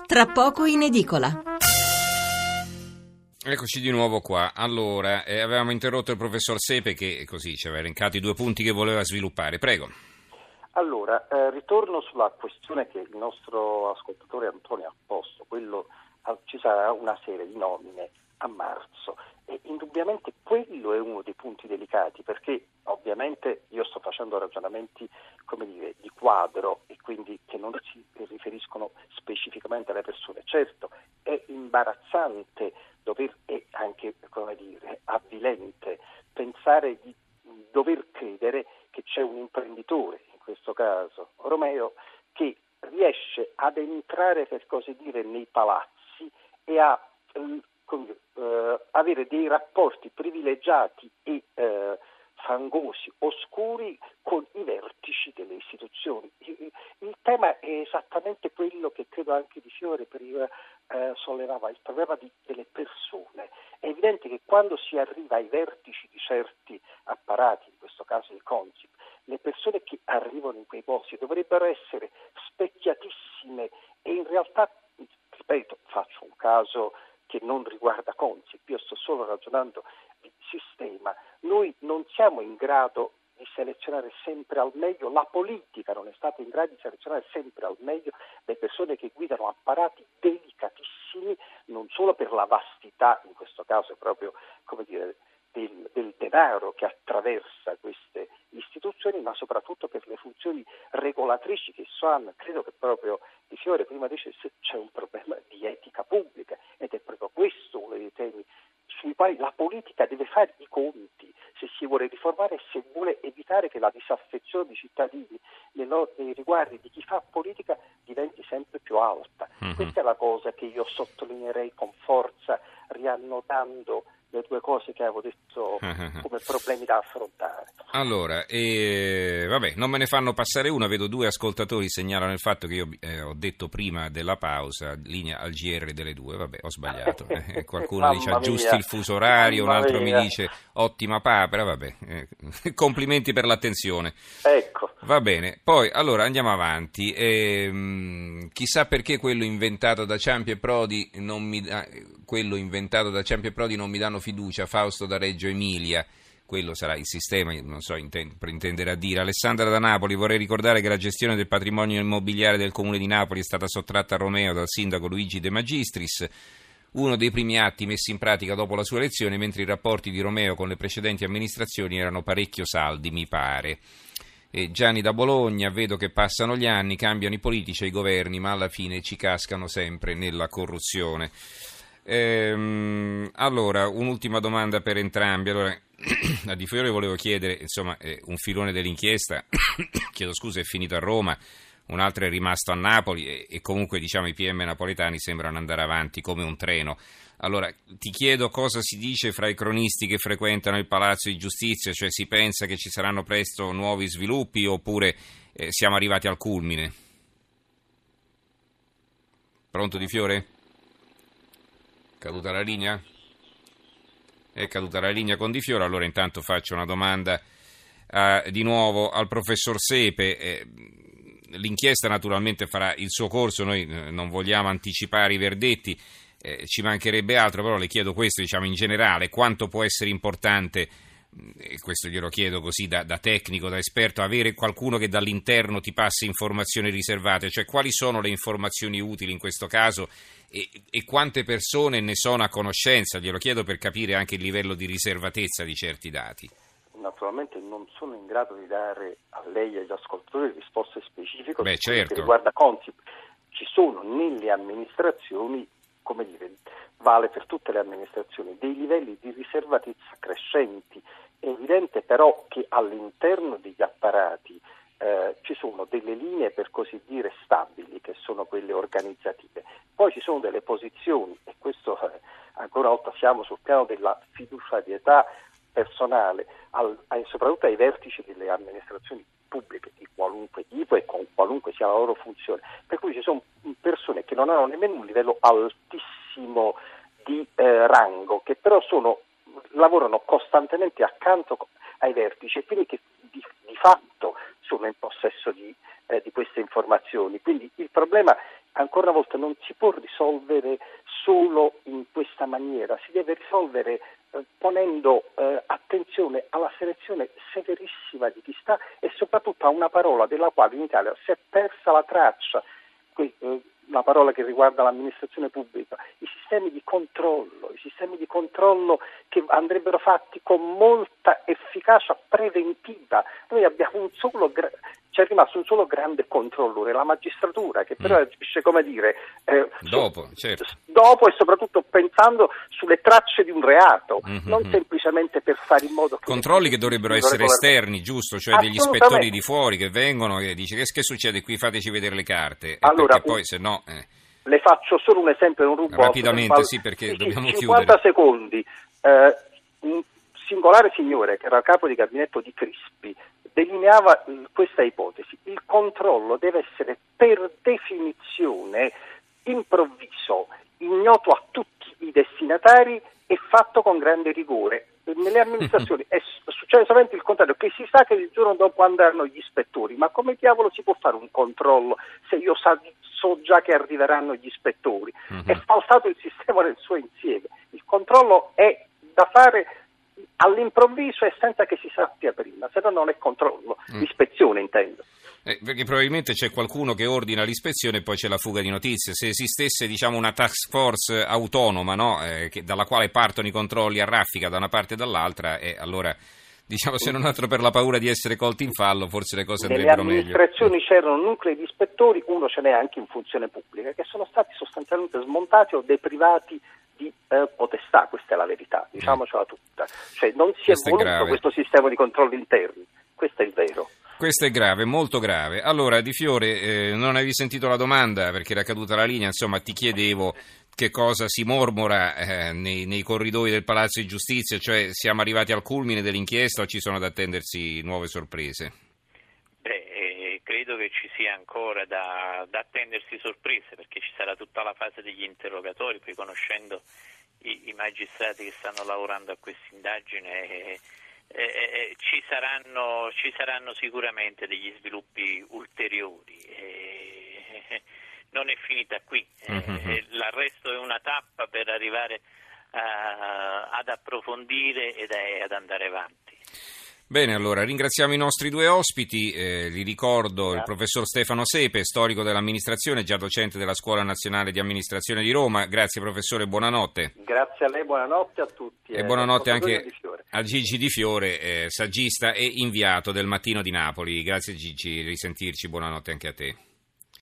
tra poco in edicola. Eccoci di nuovo qua. Allora, avevamo interrotto il professor Sepe che così ci aveva elencato i 2 punti che voleva sviluppare. Prego. Allora, ritorno sulla questione che il nostro ascoltatore Antonio ha posto, ci sarà una serie di nomine a marzo e indubbiamente quello è uno dei punti delicati, perché ovviamente io sto facendo ragionamenti, di quadro e quindi che non si riferiscono specificamente alle persone. Certo, è imbarazzante e anche, avvilente pensare di dover credere che c'è un imprenditore, in questo caso Romeo, che riesce ad entrare, per così dire, nei palazzi e a avere dei rapporti privilegiati e fangosi, oscuri con i vertici delle istituzioni. Il tema è esattamente quello che credo anche Di Fiore prima sollevava, il problema delle persone. È evidente che quando si arriva ai vertici di certi apparati, in questo caso il Consip, le persone che arrivano in quei posti dovrebbero essere specchiatissime e in realtà, ripeto, faccio un caso che non riguarda Consip, io sto solo ragionando di sistema. Noi non siamo in grado di selezionare sempre al meglio, la politica non è stata in grado di selezionare sempre al meglio le persone che guidano apparati delicatissimi, non solo per la vastità, in questo caso proprio del denaro che attraversa queste istituzioni, ma soprattutto per le funzioni regolatrici che hanno. Credo che proprio Di Fiore prima dicesse c'è un problema di etica pubblica ed è proprio questo uno dei temi sui quali la politica deve fare i conti se si vuole riformare e se vuole evitare che la disaffezione dei cittadini nei riguardi di chi fa politica diventi sempre più alta. Questa è la cosa che io sottolineerei con forza, riannotando le 2 cose che avevo detto come problemi da affrontare. Allora, non me ne fanno passare una, vedo 2 ascoltatori segnalano il fatto che io ho detto prima della pausa, linea al GR delle 2, ho sbagliato. Qualcuno dice aggiusti il fuso orario, un altro mi dice ottima papera, complimenti per l'attenzione. Ecco. Va bene, poi allora andiamo avanti. Chissà perché quello inventato da Ciampi e Prodi non mi danno fiducia, Fausto da Reggio Emilia. Quello sarà il sistema, non so, intenderà dire. Alessandra da Napoli, vorrei ricordare che la gestione del patrimonio immobiliare del Comune di Napoli è stata sottratta a Romeo dal sindaco Luigi De Magistris, uno dei primi atti messi in pratica dopo la sua elezione, mentre i rapporti di Romeo con le precedenti amministrazioni erano parecchio saldi, mi pare. E Gianni da Bologna, vedo che passano gli anni, cambiano i politici e i governi, ma alla fine ci cascano sempre nella corruzione. Allora, un'ultima domanda per entrambi. Allora, a Di Fiore volevo chiedere, un filone dell'inchiesta, chiedo scusa, è finito a Roma, un altro è rimasto a Napoli e comunque i PM napoletani sembrano andare avanti come un treno. Allora, ti chiedo cosa si dice fra i cronisti che frequentano il Palazzo di Giustizia, cioè si pensa che ci saranno presto nuovi sviluppi oppure siamo arrivati al culmine? Pronto Di Fiore? Caduta la linea? È caduta la linea con Di Fiore, allora intanto faccio una domanda di nuovo al professor Sepe. L'inchiesta naturalmente farà il suo corso, noi non vogliamo anticipare i verdetti, ci mancherebbe altro, però le chiedo questo, in generale, quanto può essere importante, e questo glielo chiedo così da tecnico, da esperto, avere qualcuno che dall'interno ti passi informazioni riservate, cioè quali sono le informazioni utili in questo caso e quante persone ne sono a conoscenza, glielo chiedo per capire anche il livello di riservatezza di certi dati. Naturalmente non sono in grado di dare a lei e agli ascoltatori risposte specifiche certo. Che riguarda Consip. Ci sono nelle amministrazioni, vale per tutte le amministrazioni, dei livelli di riservatezza crescenti. È evidente però che all'interno degli apparati ci sono delle linee, per così dire, stabili, che sono quelle organizzative. Poi ci sono delle posizioni, e questo ancora una volta siamo sul piano della fiduciarietà personale, soprattutto ai vertici delle amministrazioni pubbliche di qualunque tipo e con qualunque sia la loro funzione. Per cui ci sono persone che non hanno nemmeno un livello altissimo di rango, che però lavorano costantemente accanto ai vertici e quindi che di fatto sono in possesso di queste informazioni. Quindi il problema ancora una volta non si può risolvere solo in questa maniera, si deve risolvere ponendo attenzione alla selezione severissima di chi sta e soprattutto a una parola della quale in Italia si è persa la traccia, la parola che riguarda l'amministrazione pubblica, i sistemi di controllo che andrebbero fatti con molta efficacia preventiva. Noi abbiamo c'è rimasto un solo grande controllore, la magistratura, che però agisce, come dire, dopo e soprattutto pensando sulle tracce di un reato, non semplicemente per fare in modo che... Controlli che dovrebbero essere esterni, giusto? Cioè degli ispettori di fuori che vengono e dice che succede qui, fateci vedere le carte, allora, perché poi se no... Le faccio solo un esempio, non rubo rapidamente, sì, perché dobbiamo 50 chiudere. secondi. Un singolare signore che era capo di gabinetto di Crispi delineava questa ipotesi: il controllo deve essere per definizione improvviso, ignoto a tutti i destinatari e fatto con grande rigore. Nelle amministrazioni succede solamente il contrario, che si sa che il giorno dopo andranno gli ispettori, ma come diavolo si può fare un controllo se io so già che arriveranno gli ispettori? È falsato il sistema nel suo insieme. Il controllo è da fare all'improvviso e senza che si sappia prima, se no non è controllo, ispezione intendo. Perché probabilmente c'è qualcuno che ordina l'ispezione e poi c'è la fuga di notizie. Se esistesse, diciamo, una task force autonoma, no? Dalla quale partono i controlli a raffica da una parte e dall'altra, allora, diciamo, se non altro per la paura di essere colti in fallo, forse le cose andrebbero meglio. Nelle amministrazioni c'erano nuclei di ispettori, uno ce n'è anche in funzione pubblica, che sono stati sostanzialmente smontati o deprivati di potestà, questa è la verità, diciamocela tutta. Cioè non si è voluto questo sistema di controlli interni, questo è il vero. Questo è grave, molto grave. Allora, Di Fiore, non avevi sentito la domanda perché era caduta la linea, insomma ti chiedevo che cosa si mormora nei corridoi del Palazzo di Giustizia, cioè siamo arrivati al culmine dell'inchiesta o ci sono da attendersi nuove sorprese? Credo che ci sia ancora da attendersi sorprese, perché ci sarà tutta la fase degli interrogatori, poi conoscendo i magistrati che stanno lavorando a questa indagine ci saranno sicuramente degli sviluppi ulteriori. Non è finita qui, l'arresto è una tappa per arrivare ad approfondire ed ad andare avanti. Bene, allora ringraziamo i nostri due ospiti, li ricordo il professor Stefano Sepe, storico dell'amministrazione, già docente della Scuola Nazionale di Amministrazione di Roma. Grazie professore, buonanotte. Grazie a lei, buonanotte a tutti. E buonanotte anche a Gigi Di Fiore, saggista e inviato del Mattino di Napoli. Grazie Gigi, risentirci, buonanotte anche a te.